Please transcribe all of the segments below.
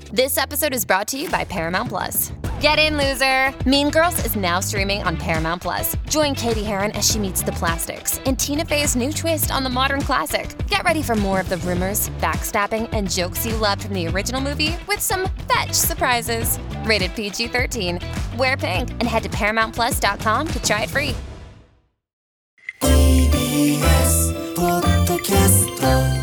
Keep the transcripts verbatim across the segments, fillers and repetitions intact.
This episode is brought to you by Paramount Plus. Get in, loser! Mean Girls is now streaming on Paramount Plus. Join Katie Heron as she meets the plastics in Tina Fey's new twist on the modern classic. Get ready for more of the rumors, backstabbing, and jokes you loved from the original movie with some fetch surprises. Rated P G thirteen. Wear pink and head to paramount plus dot com to try it free. ティービーエス ポッドキャスト。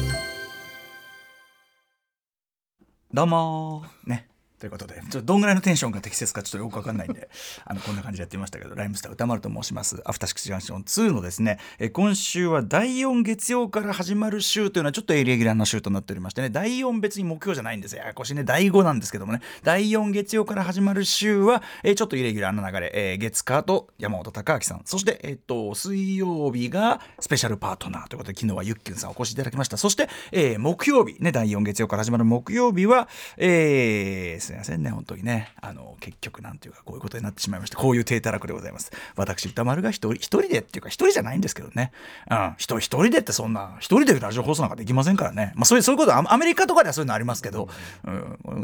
どうもーね。ということで、ちょっとどんぐらいのテンションが適切かちょっとよくわかんないんであのこんな感じでやってみましたけど、ライムスター歌丸と申します。アフターシックスジャンクションツーのですね、え今週はだいよん月曜から始まる週というのはちょっとイレギュラーな週となっておりましてね、だいよん別に木曜じゃないんですよ、ややこしいね、だいごなんですけどもね、だいよん月曜から始まる週は、えちょっとイレギュラーな流れ、えー、月火と山本貴明さん、そして、えっと水曜日がスペシャルパートナーということで、昨日はゆっきゅんさんお越しいただきました。そして、えー、木曜日ね、だいよん月曜から始まる木曜日は、えー、すいませんね本当にね、あの結局なんていうかこういうことになってしまいました。こういう低たらくでございます。私歌丸が一人一人でっていうか一人じゃないんですけどね、うん一人一人でってそんな一人でラジオ放送なんかできませんからね。まあそういうそういうことはアメリカとかではそういうのありますけど、うん、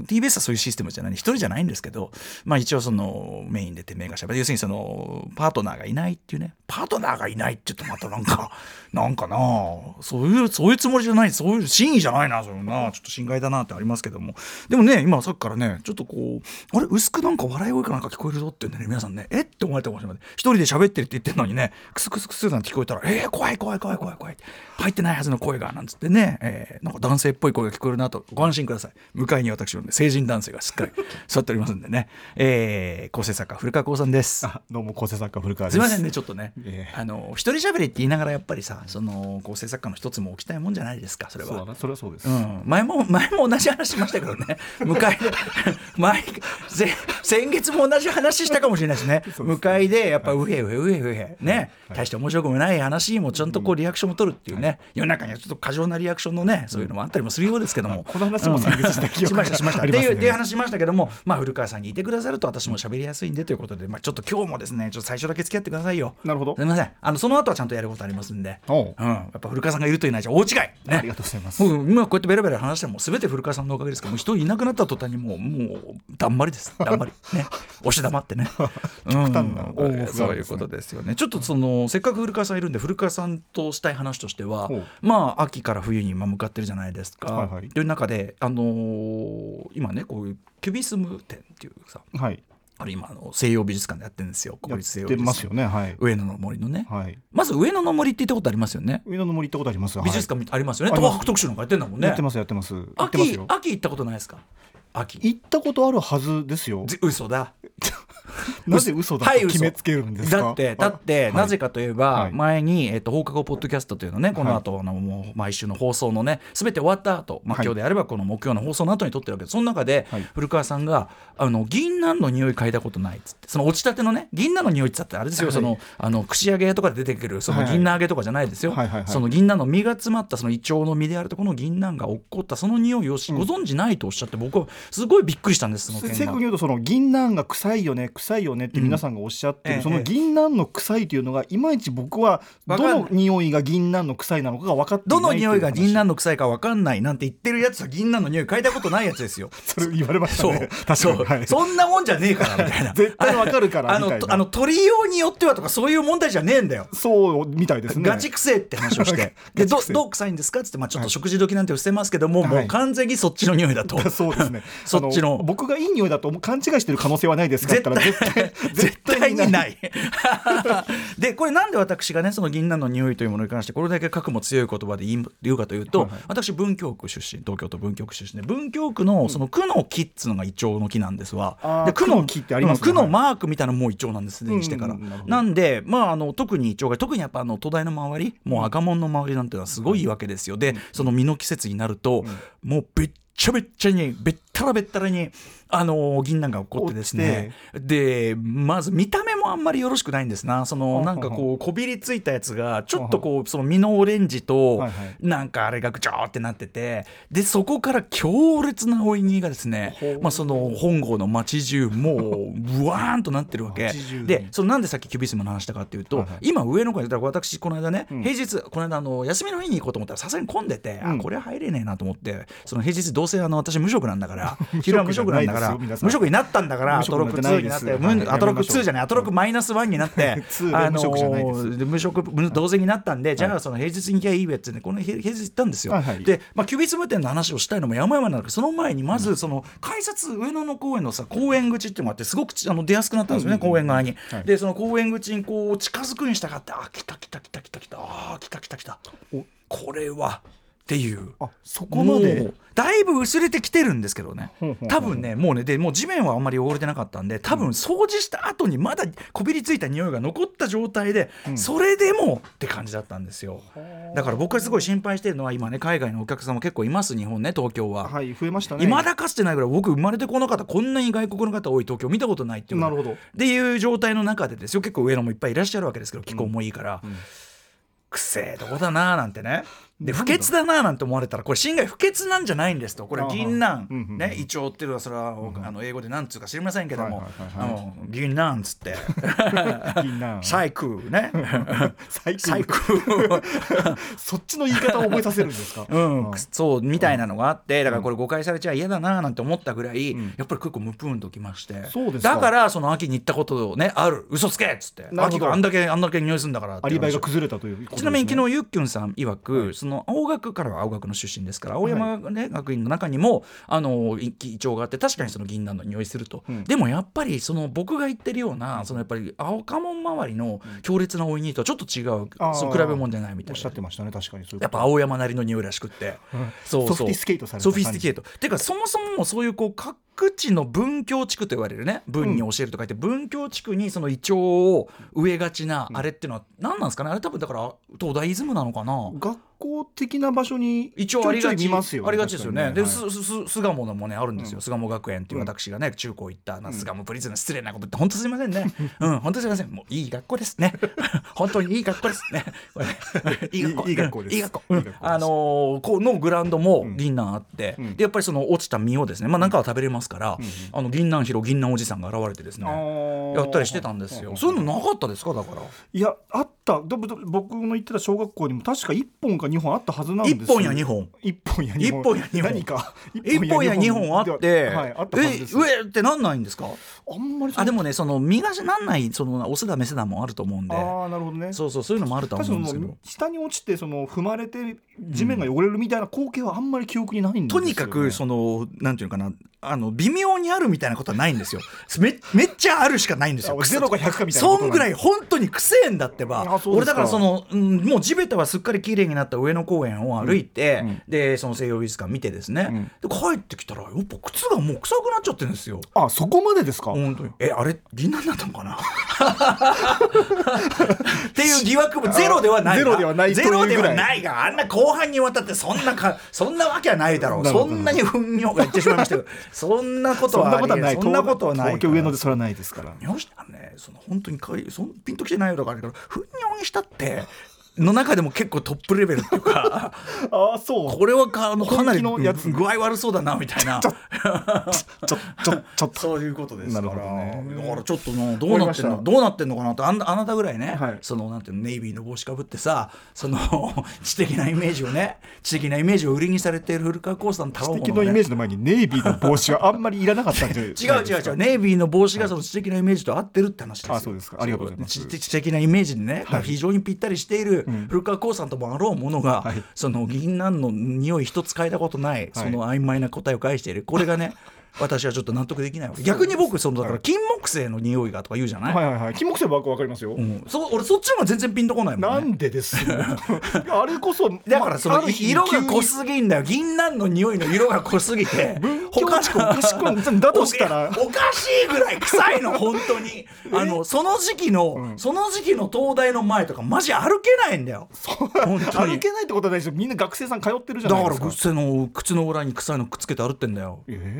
ティービーエス はそういうシステムじゃない一人じゃないんですけど、まあ一応そのメインでてめえがしゃべる、要するにそのパートナーがいないっていうね、パートナーがいないって言うとまたなんかなんかなそういうそういうつもりじゃない、そういう真意じゃないな、それなちょっと心外だなってありますけども、でもね今さっきからねちょっとこうあれ薄くなんか笑い声かなんか聞こえるぞって言うんでね、皆さんねえって思われてもしれない。一人で喋ってるって言ってるのにねクスクスクスなんて聞こえたらえー、怖い怖い怖い怖い怖い入ってないはずの声がなんつってね、えー、なんか男性っぽい声が聞こえるなとご安心ください。向かいに私の、ね、成人男性がしっかり座っておりますんでね、えー、構成作家古川光さんです。 あどうも構成作家古川です。 すいませんねちょっとね、 えー、 あの一人喋りって言いながらやっぱりさその構成作家の一つも起きたいもんじゃないですか。それはそうだそれはそうです、 うん、前も前も同じ話しましたけどね向かいで前先月も同じ話したかもしれないですね。向かいでやっぱうへうへうへうへね、はい、大して面白くもない話もちゃんとこうリアクションを取るっていうね、はい、世の中にはちょっと過剰なリアクションのねそういうのもあったりもするようですけども、うん、 この話も先月した記憶が、 うん、しましたしましたっていう話しましたけども、まあ古川さんにいてくださると私も喋りやすいんでということで、まあ、ちょっと今日もですねちょっと最初だけ付き合ってくださいよ。 なるほど、 すみません、あのその後はちゃんとやることありますんで、うん、やっぱ古川さんがいるというのは大違い、ね、 ありがとうございます。 今こうやってベラベラ話しても全て古川さんのおかげですから、もう一人いなくなった途端にもうもうだんまりですだんまりね押し黙ってね極端な、 うん、そういうことですよね。ちょっとそのせっかく古川さんいるんで古川さんとしたい話としては、まあ秋から冬に今向かってるじゃないですか、はいはい、という中で、あのー、今ねこういうキュビスム展っていうさ、はい、あれ今あの西洋美術館でやってるんですよ。国立西洋美術館やってますよね、はい、 上野の森のね、はい、まず上野の森って言ったことありますよね。 上野の森行ったことあります。 美術館ありますよね。東博特集なんかやってんだもんね。 やってますやってます。 秋秋行ったことないですか。秋行ったことあるはずですよ。 嘘だなぜ嘘だと決めつけるんですか。 だってだってなぜかといえば前に、えー、と放課後ポッドキャストというのねこの後のもう毎週の放送のね全て終わった後、まあ、今日であればこの木曜の放送の後に撮ってるわけで、その中で古川さんがあの銀杏の匂い嗅いだことないっつって、その落ちたてのね銀杏の匂いっつってあれですよ、はい、そのあの串揚げとかで出てくるその銀杏揚げとかじゃないですよ、はいはいはい、その銀杏の実が詰まったそのイチョウの実であるとこの銀杏が落っこったその匂いを、うん、ご存知ないとおっしゃって、僕はすごいびっくりしたんです。その件が正確に言うとその銀杏が臭いよね臭いよねって皆さんがおっしゃってる、うん、その銀杏の臭いというのがいまいち僕はどの匂いが銀杏の臭いなのかが分かっていない。 どの匂いが銀杏の臭いか分かんないなんて言ってるやつは銀杏の匂い嗅いだことないやつですよそれ言われましたね。 そう確かに、はい、そんなもんじゃねえからみたいな絶対分かるからみたいな、 あのあの鳥用によってはとかそういう問題じゃねえんだよ。 そうみたいですね。 ガチ臭いって話をしてで ど, どう臭いんですかって言って、まあ、ちょっと食事時なんて伏せますけども、はい、もう完全にそっちの匂いだと、はい、 そうですねそっちの僕がいい匂いだと勘違いしてる可能性はないですかって言ったら絶対絶対にないでこれなんで私がねその銀杏の匂いというものに関してこれだけ核も強い言葉で言うかというと、はいはい、私文京区出身、東京都文京区出身で文京区のその区の木っつうのがイチョウの木なんですわ、うん、で区の木ってありますね、区のマークみたいなのもイチョウなんですすでにしてから、うんうん、な, なんで、まあ、あの特にイチョウが特にやっぱあの都大の周りもう赤門の周りなんていうのはすごいいいわけですよ。でその実の季節になると、うん、もうべっちゃべっちゃにべったらべったらにあの銀杏が起こってですね、でまず見た目もあんまりよろしくないんですな。そのなんかこうこびりついたやつがちょっとこうその実のオレンジとなんかあれがぐちょーってなってて、でそこから強烈な追い煮がですね、まあ、その本郷の街中もうブワーンとなってるわけで、そのなんでさっきキュビスムの話したかっていうと、今上の方で私この間ね平日この間あの休みの日に行こうと思ったらさすがに混んでて、あこれは入れねえなと思って、その平日どうせあの私無職なんだからから昼は無職なんだから無職になったんだからアトロクツーになって、はい、アトロクツーじゃないアトロクマイナスワンになってあのー、無職同然になったんで、はい、じゃあその平日に行きゃいいべってねこの平日行ったんですよ、はいはい、で、まあ、キュビスム店の話をしたいのも山々なんだけどその前にまずその改札上野の公園のさ公園口っていうのがあってすごくあの出やすくなったんですよね、うんうん、公園側に、はい、でその公園口にこう近づくにしたかってあ来た来た来た来た来たあ来た来た来たこれはっていうあそこまでだいぶ薄れてきてるんですけどね多分ねもうねでもう地面はあんまり汚れてなかったんで多分掃除した後にまだこびりついた匂いが残った状態で、うん、それでもって感じだったんですよ。だから僕がすごい心配してるのは今ね海外のお客さんも結構います日本ね東京は、 はい増えましたね。 未だかつてないぐらい僕生まれてこの方こんなに外国の方多い東京見たことないっていうなるほどっていう状態の中でですよ結構上野もいっぱいいらっしゃるわけですけど気候もいいから、うんうんくせえとこだなーなんてねで不潔だなーなんて思われたらこれ侵害不潔なんじゃないんですとこれ銀杏、ね、イチョウっていうのはそれは、うん、あの英語で何つうか知りませんけども銀杏っつってサイクねサイクそっちの言い方を覚えさせるんですか、 うんうん、そうみたいなのがあってだからこれ誤解されちゃ嫌だなーなんて思ったぐらい、うん、やっぱり結構ムプーンときましてそうですかだからその秋に行ったことをねある嘘つけっつって秋があんだけあんだけ匂いするんだからってアリバイが崩れたということですね。 ちなみに昨日ゆっきゅんさん曰く、はい、その青学からは青学の出身ですから青山、ねはい、学院の中にもあのイチョウがあって確かにその銀杏の匂いすると、うん、でもやっぱりその僕が言ってるようなそのやっぱり青カモン周りの強烈なおいにとはちょっと違う、うん、その比べ物じゃないみたいなおっしゃってましたね確かにそういうやっぱ青山なりの匂いらしくって、 うん、そうそうソフィスティケートされたソフィスティケートっていうかそもそもそういうこう各地の文教地区と言われるね文に教えると書いて、うん、文教地区にそのイチョウを植えがちなあれっていうのは何なんですかねあれ多分だから東大イズムなのかな学校的な場所に一応ありがち見ますよねありがちですよね。で、 はい、 巣鴨のもねあるんですよ、うん、巣鴨学園っていう私がね、うん、中高行った巣鴨プリズン失礼なこと言って本当すいませんねうん本当すいませんもういい学校ですね本当にいい学校ですねいい学校いい学校ですいい学校、うん、あのー、このグラウンドも銀杏あって、うん、でやっぱりその落ちた実をですねまあなんかは食べれますから、うん、あの銀杏広銀杏おじさんが現れてですねやったりしてたんですよ。そういうのなかったですかだからいやあった僕の行ってた小学校にも確かいっぽんかにほんあったはずなんですよ。いっぽんやにほんいっぽんやにほんいっぽんやにほん何かいっぽんやにほんあって、 はい、あったはずです。 え上ってなんないんですかあんまりあでもねその身がなんないそのオスだメスだもあると思うんであなるほどねそうそうそういうのもあると思うんですけど下に落ちてその踏まれて地面が汚れるみたいな光景はあんまり記憶にないんですよ、ね、 とにかくそのなんていうかなあの微妙にあるみたいなことはないんですよ め, めっちゃあるしかないんですよゼロかひゃくかみたいなことそんぐらい本当にくせえんだってば俺だからその、うん、もう地べたはすっかり綺麗になった上野公園を歩いて、うん、でその西洋美術館見てですね、うん、で帰ってきたらやっぱ靴がもう臭くなっちゃってるんですよ。 あそこまでですか本当にえあれ銀杏だったのかなっていう疑惑もゼロではないゼロではないゼロではないがあんな後半にわたってそんなかそんなわけはないだろうそんなに糞尿が言ってしまいましたけどそんなことはないそんなことはない東京上野でそれはないですからよしねその本当にかいそのピンときてないよとかあるけど糞尿にしたっての中でも結構トップレベルっていうかあそうこれは か, のかなりのやつ具合悪そうだなみたいなちょちょちょちょっとそういうことですから、 ね、 だからちょっとのどうなってんのどうなってんのかなと あ, あなたぐらいね、はい、そのなんていうのネイビーの帽子かぶってさその知的なイメージをね知的なイメージを売りにされている古川光さんの知的なイメージの前にネイビーの帽子はあんまりいらなかったんじゃないですか違う違う違うネイビーの帽子がその知的なイメージと合ってるって話ですよ。 あそうですかありがとうございます。 知的なイメージにね、はい、非常にぴったりしている古川光さんともあろうものが、はい、その銀杏の匂い一つ嗅いだことない、はい、その曖昧な答えを返しているこれがね私はちょっと納得できないわけ。逆に僕そのだから金木犀の匂いがとか言うじゃない、 はいはいはい、金木犀は分かりますよ、 うん、そ俺そっちの方が全然ピンとこないもんね。 なんでですよあれこそだからその色が濃すぎんだよ銀杏の匂いの色が濃すぎて他地区おかしくだとしたらおかしいぐらい臭いの本当にあのその時期の、うん、その時期の東大の前とかマジ歩けないんだよ本当に歩けないってことはないですよ。みんな学生さん通ってるじゃないですか。 だから靴の靴の裏に臭いのくっつけて歩ってんだよ。 えー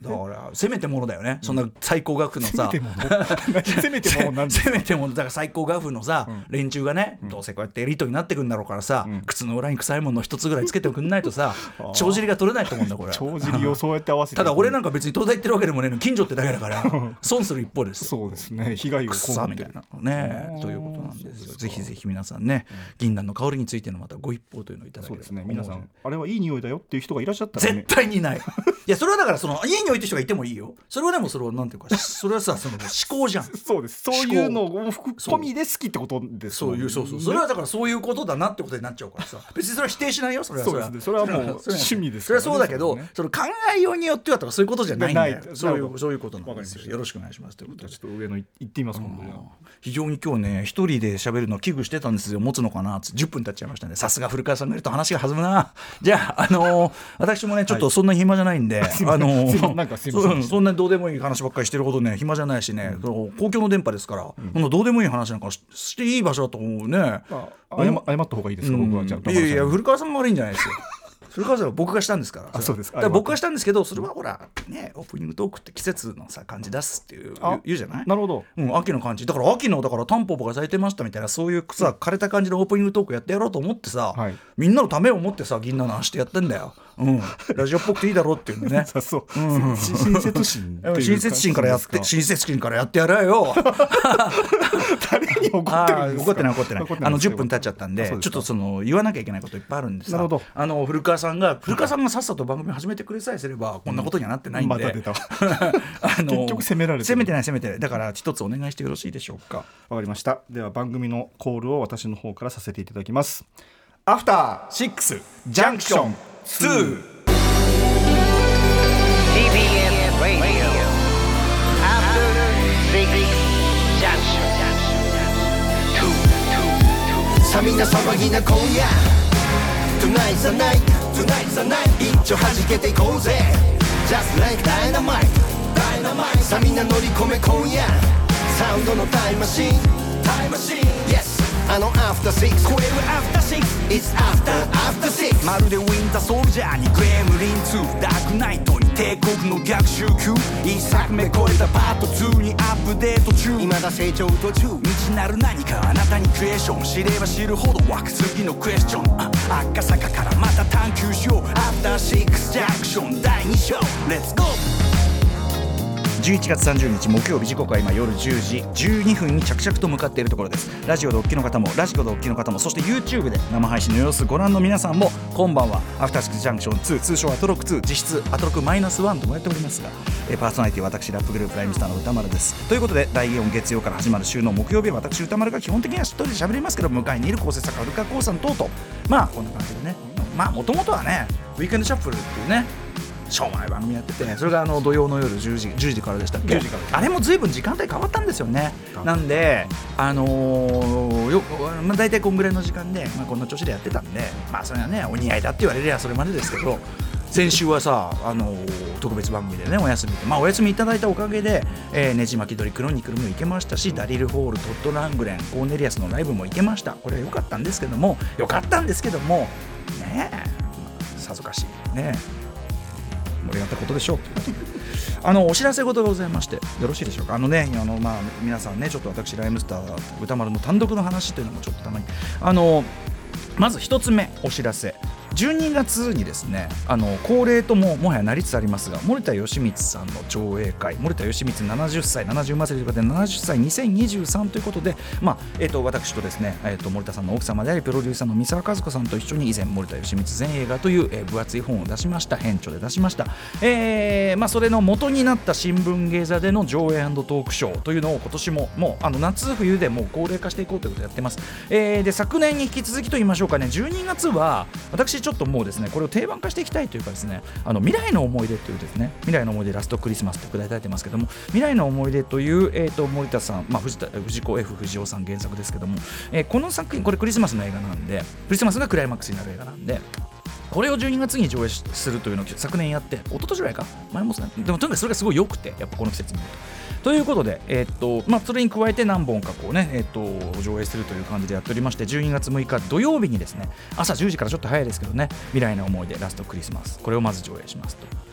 だからせめてものだよね、うん、そんな最高額のさせめてものせめてものなんですか。 せめてものだから最高額のさ、うん、連中がね、うん、どうせこうやってエリートになってくんだろうからさ、うん、靴の裏に臭いもの一つぐらいつけてくんないとさ帳尻が取れないと思うんだこれ。 帳尻をそうやって合わせてただ俺なんか別に東大行ってるわけでもね近所ってだけだから損する一方です。 そうですね、被害を被ってみたいなねということなんですよ。ぜひぜひ皆さんね、うん、銀杏の香りについてのまたご一報というのをいただければ。 そうですね、皆さんあれはいい匂いだよっていう人がいらっしゃったら、ね、 絶対にないいやそれはだからその家に置いてる人がいてもいいよ。それはでもそれはなんていうかそれはさその思考じゃんそうです、そういうのを含みで好きってことです。 そういうそうそうそれはだからそういうことだなってことになっちゃうからさ別にそれは否定しないよ。それはそうですね、それはもう趣味ですから、ね、 それはそうだけど、ね、その考えようによってはとかそういうことじゃないんだよ。そういうそういうことなんですよ。よろしくお願いしますということで、 ちょっと上の行ってみます今度。 非常に今日ね一人で喋るの危惧してたんですよ。持つのかなってじゅっぷん経っちゃいましたね。さすが古川さんがいると話が弾むな。じゃあ、あのー、私もねちょっとそんな暇じゃないんで、はい、あのー、そ, そんなどうでもいい話ばっかりしてるほどね暇じゃないしね、うん、公共の電波ですから、うん、どうでもいい話なんか し, していい場所だと思うね。あ謝, 謝った方がいいですか、うん、僕は。じゃあいやいや古川さんも悪いんじゃないですよ古川さんは僕がしたんですから。 あ、そうですか。 だから僕がしたんですけど、それはほらねオープニングトークって季節のさ感じ出すっていう言うじゃない。 なるほど、 うん、秋の感じだから秋のだからタンポポが咲いてましたみたいなそういうさ枯れた感じのオープニングトークやってやろうと思ってさ、はい、みんなのためを思ってさ銀杏の話してやってんだよ。うん、ラジオっぽくていいだろうっていうのねそう、うん、親切心親切心からやって親切心からやってやれよ誰に怒ってるんですか。 怒ってない怒ってないあのじゅっぷん経っちゃったんでちょっとその言わなきゃいけないこといっぱいあるんです。 なるほど。 あの古川さんが古川さんがさっさと番組始めてくれさえすればこんなことにはなってないんで、うん、また出たあの結局責められてる。 責めてない責めてない。だから一つお願いしてよろしいでしょうか。 わかりました。では番組のコールを私の方からさせていただきます。アフターシックスジャンクションツーティービーエス Radio After Six Junction さあみんな騒ぎな今夜 Tonight's the night Tonight's the night 一丁弾けていこうぜ Just like dynamite Dynamite さあみんな乗り込め今夜サウンドのタイムマシンタイムマシン Yes あの After Six 超える After Six It's After After Six まるでウィンターソルジャーにグレムリンツーダークナイトに帝国の逆襲級一作目超えたパートツーにアップデート中未だ成長途中未知なる何かあなたにクエスチョン知れば知るほど湧く次のクエスチョン赤坂からまた探求しよう After Six Junction だいに章 Let's go じゅういちがつさんじゅうにち木曜日時刻は今夜じゅうじじゅうにふんに着々と向かっているところです。ラジオでお聞きの方もラジコでお聞きの方もそして YouTube で生配信の様子ご覧の皆さんもこんばんは。アフターシックスジャンクションツー通称アトロクツー実質アトロクマイナスワンともやっておりますがえパーソナリティは私ラップグループライムスターの歌丸です。ということでだいよん月曜から始まる週の木曜日は私歌丸が基本的には一人で喋りますけど向かいにいる構成作家古川光さん等々まあこんな感じでねまあもともとはねウィークエンドシャッフルっていうねしょうもない番組やってて、ね、それがあの土曜の夜じゅうじ、じゅうじからでしたっけ。あれも随分時間帯変わったんですよね。なんであのー、よまあ、大体こんぐらいの時間で、まあ、こんな調子でやってたんでまあそれはねお似合いだって言われりゃそれまでですけど先週はさ、あのー、特別番組でねお休みで、まあ、お休みいただいたおかげで、えー、ねじ巻き鳥クロニクルも行けましたしダリルホールトッドラングレンコーネリアスのライブも行けました。これは良かったんですけども良かったんですけどもねえさぞかしいね盛り上がったことでしょうあのお知らせ事がございましてよろしいでしょうか。あのねあの、まあ、皆さんねちょっと私ライムスター歌丸の単独の話というのもちょっとたまにあのまず一つ目お知らせじゅうにがつにですねあの恒例とももはやなりつつありますが森田義満さんの上映会森田義満ななじゅっさいななじゅう祭りということでななじゅっさいにせんにじゅうさんということで、まあえー、と私とですね、えー、と森田さんの奥様でありプロデューサーの三沢和子さんと一緒に以前森田義満全映画という、えー、分厚い本を出しました編著で出しました、えーまあ、それの元になった新聞芸座での上映&トークショーというのを今年ももうあの夏冬でもう高齢化していこうということでやってます、えー、で昨年に引き続きと言いましょうかねじゅうにがつは私ちょっともうですねこれを定番化していきたいというかですねあの未来の思い出というですね未来の思い出ラストクリスマスといただいてますけども未来の思い出という、えー、と森田さん、まあ、藤田藤子 F 不二雄さん原作ですけども、えー、この作品これクリスマスの映画なんでクリスマスがクライマックスになる映画なんでこれをじゅうにがつに上映するというのを昨年やって一昨年ぐらいか前もねでもとにかくそれがすごい良くてやっぱこの季節に見るとということで、えーっとまあ、それに加えて何本かこう、ねえーっと上映するという感じでやっておりましてじゅうにがつむいか土曜日にですね朝じゅうじからちょっと早いですけどね未来の思い出ラストクリスマスこれをまず上映しますと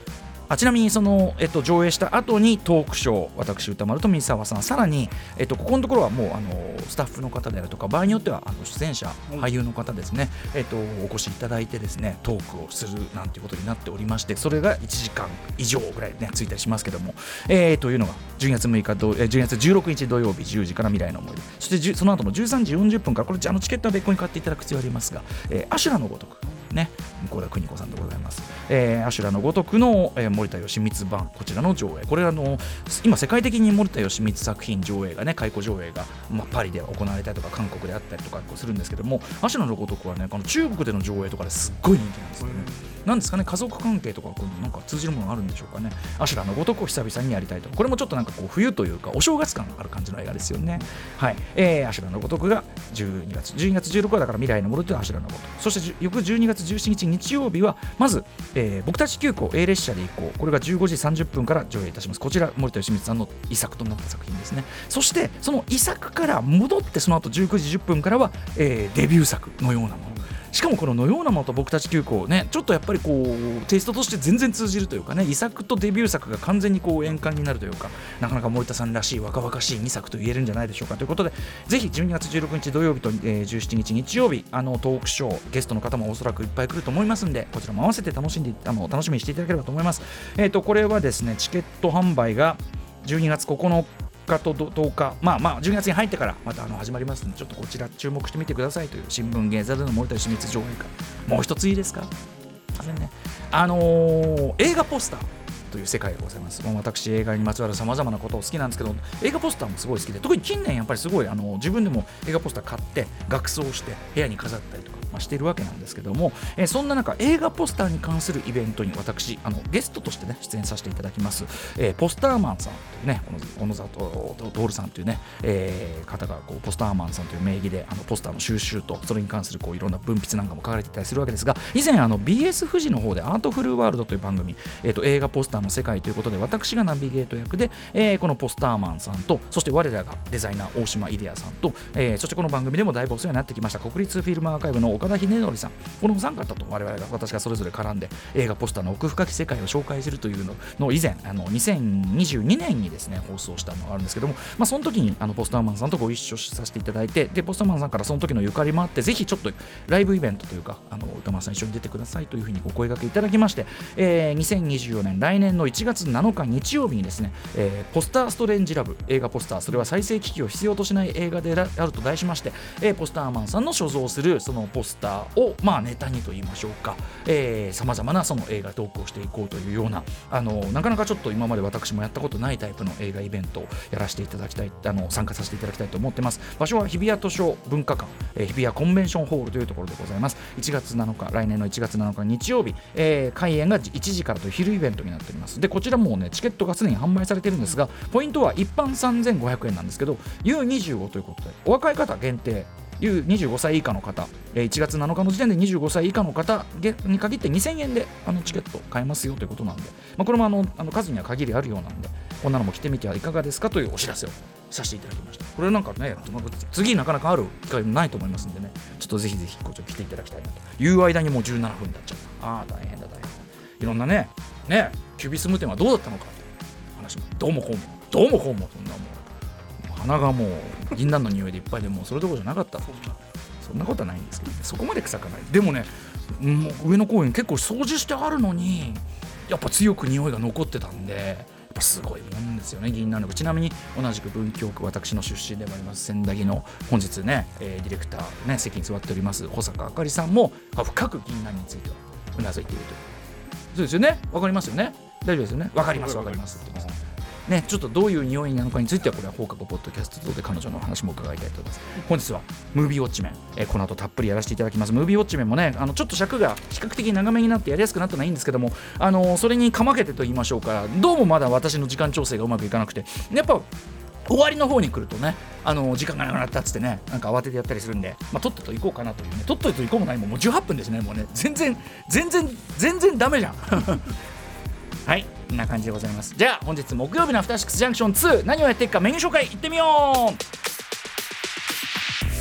あちなみにその、えっと、上映した後にトークショー、私歌丸と水沢さん、さらに、えっと、ここのところはもうあのスタッフの方であるとか場合によってはあの出演者、俳優の方ですね、えっと、お越しいただいてですねトークをするなんていうことになっておりまして、それがいちじかん以上ぐらいねついたりしますけども、えー、というのがじゅうにがつむいかどじゅうにがつじゅうろくにち土曜日じゅうじから未来の思い出、そしてその後のじゅうさんじよんじゅっぷんからこれあのチケットは別個に買っていただく必要ありますが、えー、アシュラのごとくね、向田邦子さんでございます、えー、アシュラのごとくの、えー、森田義満版、こちらの上映、これはあの今世界的に森田義満作品上映がね、回顧上映が、まあ、パリで行われたりとか韓国であったりとかするんですけども、アシュラのごとくはねこの中国での上映とかですっごい人気なんですよね、うん、なんですかね、家族関係とかこうなんか通じるものがあるんでしょうかね。アシュラのごとくを久々にやりたいと、これもちょっとなんかこう冬というかお正月感がある感じの映画ですよね。はい、えー、アシュラのごとくがじゅうにがつじゅうにがつじゅうろくにちはだから未来のものというアシュラのごとく、そして翌じゅうにがつじゅうしちにち日曜日はまず、えー、僕たち急行 A 列車で行こう、これがじゅうごじさんじゅっぷんから上映いたします。こちら森田義満さんの遺作となった作品ですね。そしてその遺作から戻ってその後じゅうくじじゅっぷんからは、えー、デビュー作のようなもの、しかもこののようなものと僕たち急行ね、ちょっとやっぱりこうテイストとして全然通じるというかね、遺作とデビュー作が完全にこう円環になるというか、なかなか森田さんらしい若々しいにさくと言えるんじゃないでしょうかということで、ぜひじゅうにがつじゅうろくにち土曜日と、えー、じゅうしちにち日曜日、あのトークショーゲストの方もおそらくいっぱい来ると思いますんで、こちらも合わせて楽しんであの楽しみにしていただければと思います。えーとこれはですね、チケット販売がじゅうにがつここのかととおか、まあまあじゅうにがつに入ってからまたあの始まりますので、ちょっとこちら注目してみてくださいという新聞芸座での森田義満上映会。もう一ついいですか、ね、あのー、映画ポスターという世界がございます。もう私映画にまつわるさまざまなことを好きなんですけど、映画ポスターもすごい好きで、特に近年やっぱりすごいあの自分でも映画ポスター買って額装して部屋に飾ったりとか、まあ、しているわけなんですけども、えー、そんな中映画ポスターに関するイベントに私あのゲストとしてね出演させていただきます、えー、ポスターマンさんというね、小野里徹さんというね、えー、方がこうポスターマンさんという名義であのポスターの収集とそれに関するこういろんな文筆なんかも書かれていたりするわけですが、以前あの ビーエス 富士の方でアートフルワールドという番組、えー、と映画ポスターの世界ということで私がナビゲート役で、えー、このポスターマンさんと、そして我らがデザイナー大島イデアさんと、えー、そしてこの番組でもだいぶお世話になってきました国立フィルムアーカイブの岡田秀則さん、このお三方と我々が私がそれぞれ絡んで映画ポスターの奥深き世界を紹介するというのの以前あのにせんにじゅうにねんにですね放送したのがあるんですけども、まあ、その時にあのポスターマンさんとご一緒させていただいて、でポスターマンさんからその時のゆかりもあって、ぜひちょっとライブイベントというかあの歌丸さん一緒に出てくださいというふうにお声掛けいただきまして、えー、にせんにじゅうよねん来年のいちがつなのか日曜日にですね、えー、ポスターストレンジラブ映画ポスター、それは再生機器を必要としない映画であると題しまして、えー、ポスターマンさんの所蔵するそのポスターをまあネタにと言いましょうか、さまざまなその映画トークをしていこうというような、あのなかなかちょっと今まで私もやったことないタイプの映画イベントをやらせていただきたい、あの参加させていただきたいと思ってます。場所は日比谷図書文化館、えー、日比谷コンベンションホールというところでございます。いちがつなのか、来年のいちがつなのか日曜日、えー、開演がいちじからという昼イベントになっております。でこちらもうねチケットがすでに販売されているんですが、ポイントは一般さんぜんごひゃくえんなんですけど ユーにじゅうご ということでお若い方限定、ユーにじゅうごさい以下の方、いちがつなのかの時点でにじゅうごさい以下の方に限ってにせんえんであのチケット買えますよということなんで、まあ、これもあのあの数には限りあるようなんで、こんなのも来てみてはいかがですかというお知らせをさせていただきました。これなんかね、次なかなかある機会もないと思いますんでね、ちょっとぜひぜひこちら来ていただきたいなという間にもうじゅうななふんになっちゃった。ああ大変だ大変だ。いろんなねねキュビスム展はどうだったのかって話もどうもこうもどうもこうも、そんなもう鼻がもう銀杏の匂いでいっぱいでもうそれどころじゃなかった。そんなことはないんですけど、ね、そこまで臭くない。でもね、もう上野公園結構掃除してあるのにやっぱ強く匂いが残ってたんで、やっぱすごいもんですよね、銀杏の。ちなみに同じく文京区、私の出身でもあります千駄木の本日ね、えー、ディレクターね席に座っております保坂あかりさんも深く銀杏についてはうなずいているという。そうですよね、わかりますよね、大丈夫ですよね、わかりますわかりますって言ってますね。ちょっとどういう匂いなのかについてはこれは放課後ポッドキャストで彼女の話も伺いたいと思います。本日はムービーウォッチメン、えー、この後たっぷりやらせていただきます。ムービーウォッチメンもね、あのちょっと尺が比較的長めになってやりやすくなったのはいいんですけども、あのー、それにかまけてと言いましょうか、どうもまだ私の時間調整がうまくいかなくて、やっぱ終わりの方に来るとね、あのー、時間がなくなったっつってね、なんか慌ててやったりするんで、まあ、とっとと行こうかなというね。とっとと行こうもないもん、もうじゅうはっぷんですね。もうね全然全然全然ダメじゃんはい、こんな感じでございます。じゃあ本日木曜日のアフターシックスジャンクションツー、何をやっていくかメニュー紹介いってみよう。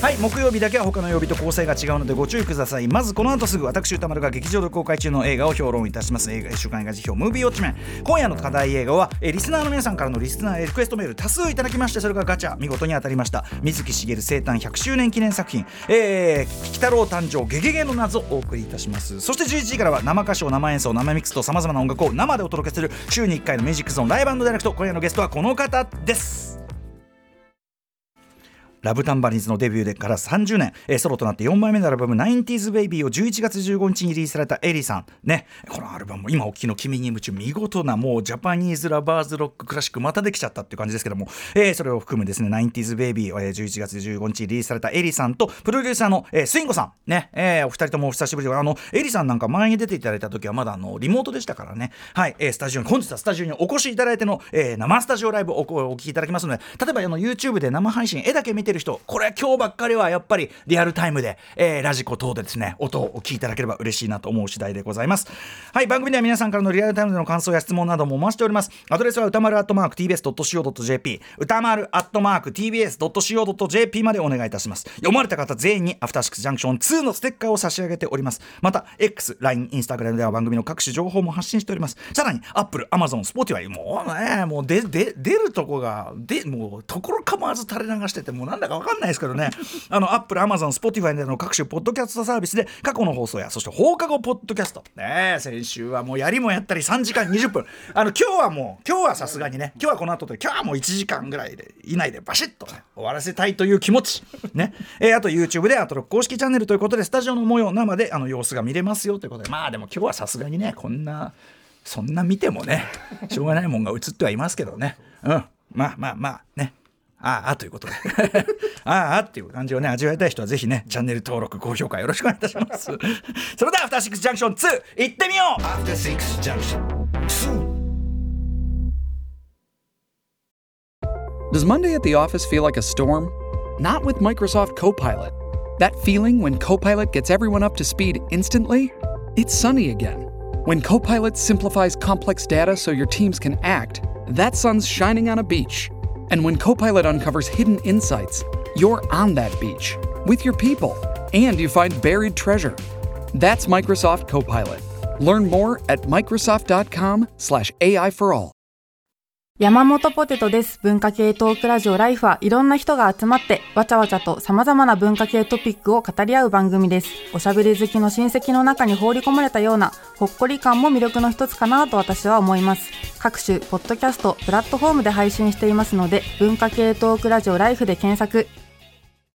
はい、木曜日だけは他の曜日と構成が違うのでご注意ください。まずこの後すぐ私歌丸が劇場で公開中の映画を評論いたします。映画週刊映画辞表ムービーウォッチメン。今夜の課題映画はえリスナーの皆さんからのリスナーリクエストメール多数いただきまして、それがガチャ見事に当たりました。水木しげる生誕ひゃくしゅうねん記念作品、えー、鬼太郎誕生ゲゲゲの謎をお送りいたします。そしてじゅういちじからは生歌唱生演奏生ミックスとさまざまな音楽を生でお届けする週にいっかいのミュージックゾーンライブ&ダイレクト。今夜のゲストはこの方です。ラブタンバリンズのデビューでからさんじゅうねん、えー、ソロとなってよんまいめのアルバム ナインティーズ ベイビー をじゅういちがつじゅうごにちにリリースされたエリさんね。このアルバム今お聞きの君に夢中、見事なもうジャパニーズラバーズロッククラシックまたできちゃったっていう感じですけども、えー、それを含むですね ナインティーズ ベイビー、えー、じゅういちがつじゅうごにちにリリースされたエリさんとプロデューサーの、えー、スインゴさんね、えー、お二人ともお久しぶりで、あのエリさんなんか前に出ていただいた時はまだあのリモートでしたからね。はい、えー、スタジオに本日はスタジオにお越しいただいての、えー、生スタジオライブを お, お聞きいただきますので、例えばあの YouTube で生配信絵だけ見てる人、これ今日ばっかりはやっぱりリアルタイムで、えー、ラジコ等でですね音をお聞きいただければ嬉しいなと思う次第でございます。はい、番組では皆さんからのリアルタイムでの感想や質問などもお待ちしております。アドレスは歌丸アットマーク ティービーエスドットシーオードットジェーピー 歌丸アットマーク ティービーエスドットシーオードットジェーピー までお願いいたします。読まれた方全員にアフターシックスジャンクションツーのステッカーを差し上げております。また X、ライン、Instagram では番組の各種情報も発信しております。さらに Apple、Amazon、Spotify もうねもうでで出るとこがでもうところ構わず垂れ流しててもうなんだか分かんないですけどねあの Apple、Amazon、Spotify での各種ポッドキャストサービスで過去の放送やそして放課後ポッドキャストね、先週はもうやりもやったりさんじかんにじゅっぷん、あの今日はもう今日はさすがにね今日はこの後で今日はもういちじかんぐらいで以内でバシッと、ね、終わらせたいという気持ちね、えー、あと YouTube でアトロック公式チャンネルということでスタジオの模様生であの様子が見れますよということで、まあでも今日はさすがにねこんなそんな見てもねしょうがないもんが映ってはいますけどね、うんまあまあまあねああということでああっていう感じをね味わいたい人はぜひねチャンネル登録高評価よろしくお願いいたしますそれではアフターシックスジャンクションツー行ってみよう。 After Six Junctionツー Does Monday at the office feel like a storm? Not with Microsoft Copilot. That feeling when Copilot gets everyone up to speed instantly? It's sunny again. When Copilot simplifies complex data so your teams can act, that sun's shining on a beach. And when Copilot uncovers hidden insights, you're on that beach with your people, and you find buried treasure. That's Microsoft Copilot. Learn more at microsoft dot com slash A I for all. 山本ポテトです。文化系トークラジオライフはいろんな人が集まってわちゃわちゃと様々な文化系トピックを語り合う番組です。おしゃべり好きの親戚の中に放り込まれたようなほっこり感も魅力の一つかなと私は思います。各種ポッドキャストプラットフォームで配信していますので、文化系トークラジオライフで検索。